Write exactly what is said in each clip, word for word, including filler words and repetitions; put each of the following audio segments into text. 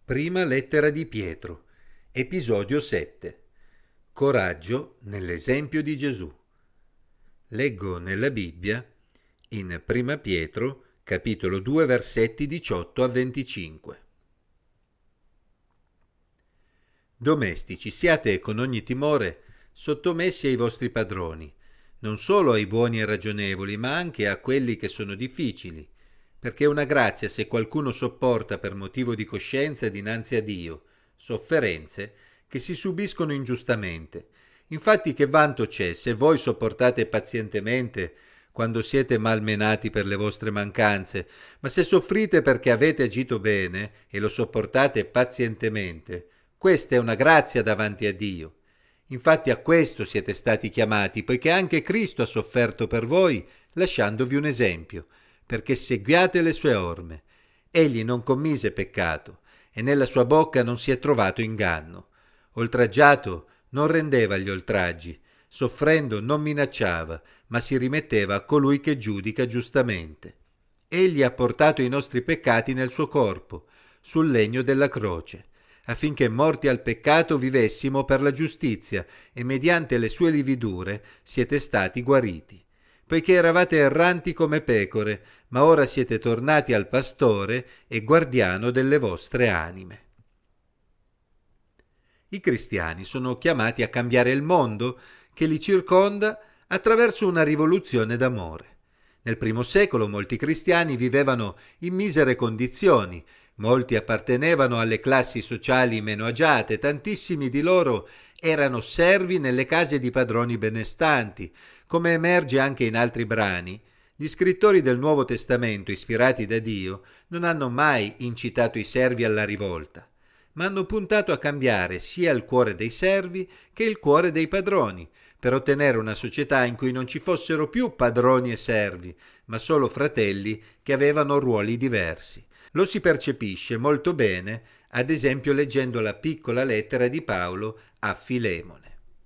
Prima lettera di Pietro, episodio sette. Coraggio nell'esempio di Gesù. Leggo nella Bibbia in Prima Pietro, capitolo due, versetti diciotto a venticinque. Domestici, siate con ogni timore sottomessi ai vostri padroni, non solo ai buoni e ragionevoli, ma anche a quelli che sono difficili, perché è una grazia se qualcuno sopporta per motivo di coscienza dinanzi a Dio sofferenze che si subiscono ingiustamente. Infatti che vanto c'è se voi sopportate pazientemente quando siete malmenati per le vostre mancanze, ma se soffrite perché avete agito bene e lo sopportate pazientemente, questa è una grazia davanti a Dio. Infatti a questo siete stati chiamati, poiché anche Cristo ha sofferto per voi, lasciandovi un esempio, perché seguiate le sue orme. Egli non commise peccato, e nella sua bocca non si è trovato inganno. Oltraggiato non rendeva gli oltraggi, soffrendo non minacciava, ma si rimetteva a colui che giudica giustamente. Egli ha portato i nostri peccati nel suo corpo, sul legno della croce, affinché morti al peccato vivessimo per la giustizia, e mediante le sue lividure siete stati guariti. Poiché eravate erranti come pecore, ma ora siete tornati al pastore e guardiano delle vostre anime. I cristiani sono chiamati a cambiare il mondo che li circonda attraverso una rivoluzione d'amore. Nel primo secolo molti cristiani vivevano in misere condizioni, molti appartenevano alle classi sociali meno agiate, tantissimi di loro erano servi nelle case di padroni benestanti. Come emerge anche in altri brani, gli scrittori del Nuovo Testamento, ispirati da Dio, non hanno mai incitato i servi alla rivolta, ma hanno puntato a cambiare sia il cuore dei servi che il cuore dei padroni, per ottenere una società in cui non ci fossero più padroni e servi, ma solo fratelli che avevano ruoli diversi. Lo si percepisce molto bene, ad esempio leggendo la piccola lettera di Paolo a Filemone.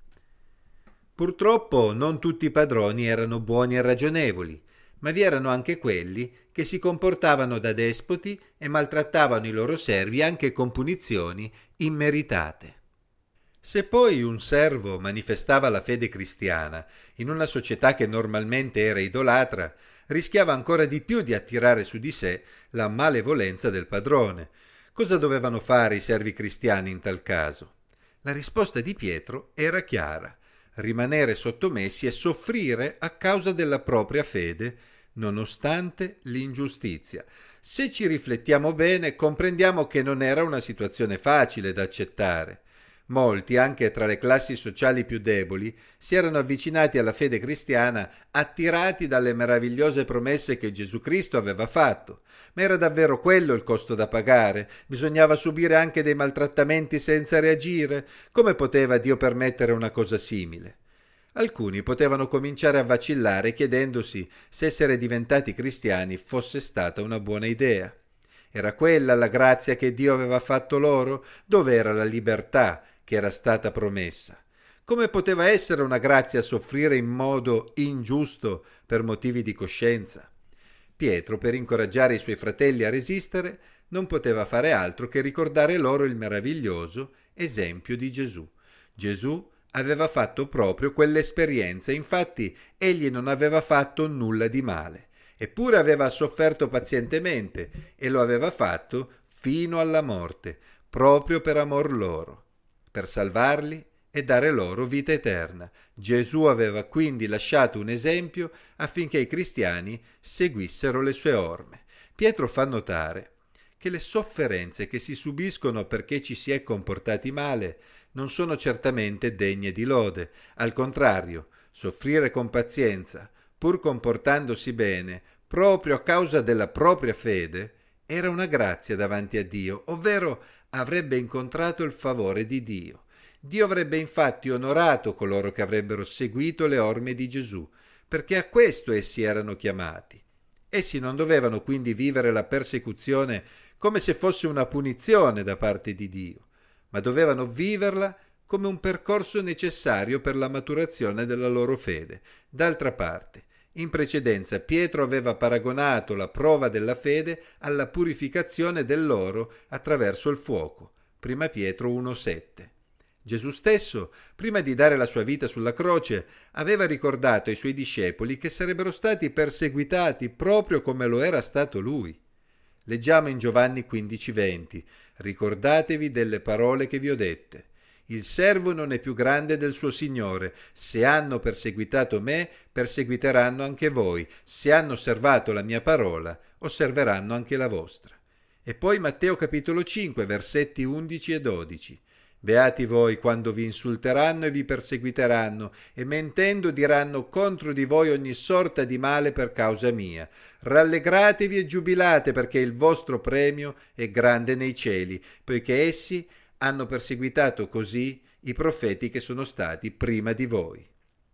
Purtroppo non tutti i padroni erano buoni e ragionevoli, ma vi erano anche quelli che si comportavano da despoti e maltrattavano i loro servi anche con punizioni immeritate. Se poi un servo manifestava la fede cristiana in una società che normalmente era idolatra, rischiava ancora di più di attirare su di sé la malevolenza del padrone. Cosa dovevano fare i servi cristiani in tal caso? La risposta di Pietro era chiara: rimanere sottomessi e soffrire a causa della propria fede, nonostante l'ingiustizia. Se ci riflettiamo bene, comprendiamo che non era una situazione facile da accettare. Molti, anche tra le classi sociali più deboli, si erano avvicinati alla fede cristiana attirati dalle meravigliose promesse che Gesù Cristo aveva fatto. Ma era davvero quello il costo da pagare? Bisognava subire anche dei maltrattamenti senza reagire? Come poteva Dio permettere una cosa simile? Alcuni potevano cominciare a vacillare chiedendosi se essere diventati cristiani fosse stata una buona idea. Era quella la grazia che Dio aveva fatto loro? Dove era la libertà che era stata promessa? Come poteva essere una grazia soffrire in modo ingiusto per motivi di coscienza? Pietro, per incoraggiare i suoi fratelli a resistere, non poteva fare altro che ricordare loro il meraviglioso esempio di Gesù. Gesù aveva fatto proprio quell'esperienza, infatti egli non aveva fatto nulla di male, eppure aveva sofferto pazientemente e lo aveva fatto fino alla morte, proprio per amor loro, per salvarli e dare loro vita eterna. Gesù aveva quindi lasciato un esempio affinché i cristiani seguissero le sue orme. Pietro fa notare che le sofferenze che si subiscono perché ci si è comportati male non sono certamente degne di lode. Al contrario, soffrire con pazienza, pur comportandosi bene, proprio a causa della propria fede, era una grazia davanti a Dio, ovvero avrebbe incontrato il favore di Dio. Dio avrebbe infatti onorato coloro che avrebbero seguito le orme di Gesù, perché a questo essi erano chiamati. Essi non dovevano quindi vivere la persecuzione come se fosse una punizione da parte di Dio, ma dovevano viverla come un percorso necessario per la maturazione della loro fede. D'altra parte, In precedenza Pietro aveva paragonato la prova della fede alla purificazione dell'oro attraverso il fuoco. Prima Pietro uno sette. Gesù stesso, prima di dare la sua vita sulla croce, aveva ricordato ai suoi discepoli che sarebbero stati perseguitati proprio come lo era stato lui. Leggiamo in Giovanni quindici venti: ricordatevi delle parole che vi ho dette. Il servo non è più grande del suo Signore. Se hanno perseguitato me, perseguiteranno anche voi. Se hanno osservato la mia parola, osserveranno anche la vostra. E poi Matteo capitolo cinque, versetti undici e dodici. Beati voi quando vi insulteranno e vi perseguiteranno, e mentendo diranno contro di voi ogni sorta di male per causa mia. Rallegratevi e giubilate, perché il vostro premio è grande nei cieli, poiché essi hanno perseguitato così i profeti che sono stati prima di voi.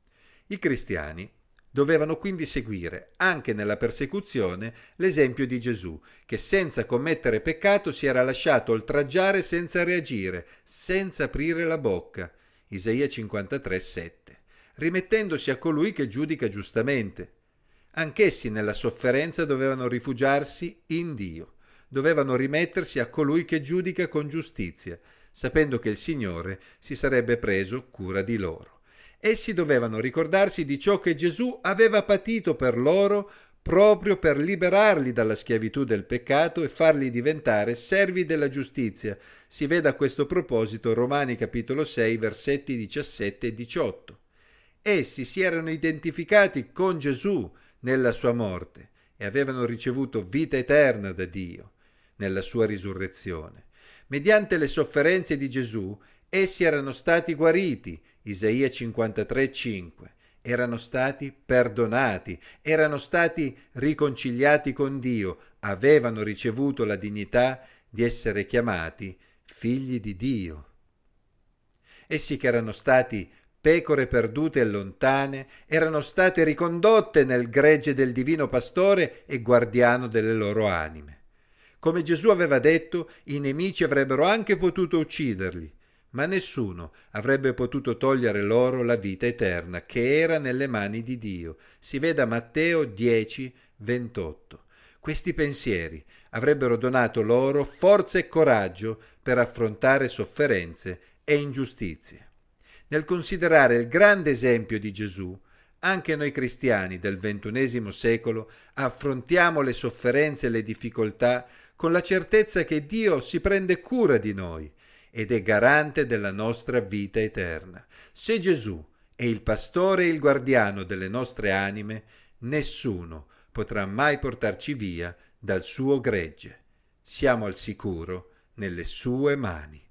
I cristiani dovevano quindi seguire, anche nella persecuzione, l'esempio di Gesù, che senza commettere peccato si era lasciato oltraggiare senza reagire, senza aprire la bocca. Isaia cinquantatré sette. Rimettendosi a colui che giudica giustamente. Anch'essi nella sofferenza dovevano rifugiarsi in Dio, dovevano rimettersi a colui che giudica con giustizia, sapendo che il Signore si sarebbe preso cura di loro. Essi dovevano ricordarsi di ciò che Gesù aveva patito per loro proprio per liberarli dalla schiavitù del peccato e farli diventare servi della giustizia. Si vede a questo proposito Romani capitolo sei versetti diciassette e diciotto. Essi si erano identificati con Gesù nella sua morte e avevano ricevuto vita eterna da Dio nella sua risurrezione. Mediante le sofferenze di Gesù, essi erano stati guariti, Isaia cinquantatré cinque, erano stati perdonati, erano stati riconciliati con Dio, avevano ricevuto la dignità di essere chiamati figli di Dio. Essi che erano stati pecore perdute e lontane, erano state ricondotte nel gregge del divino pastore e guardiano delle loro anime. Come Gesù aveva detto, i nemici avrebbero anche potuto ucciderli, ma nessuno avrebbe potuto togliere loro la vita eterna che era nelle mani di Dio. Si veda Matteo dieci ventotto. Questi pensieri avrebbero donato loro forza e coraggio per affrontare sofferenze e ingiustizie. Nel considerare il grande esempio di Gesù, anche noi cristiani del ventunesimo secolo affrontiamo le sofferenze e le difficoltà con la certezza che Dio si prende cura di noi ed è garante della nostra vita eterna. Se Gesù è il pastore e il guardiano delle nostre anime, nessuno potrà mai portarci via dal suo gregge. Siamo al sicuro nelle sue mani.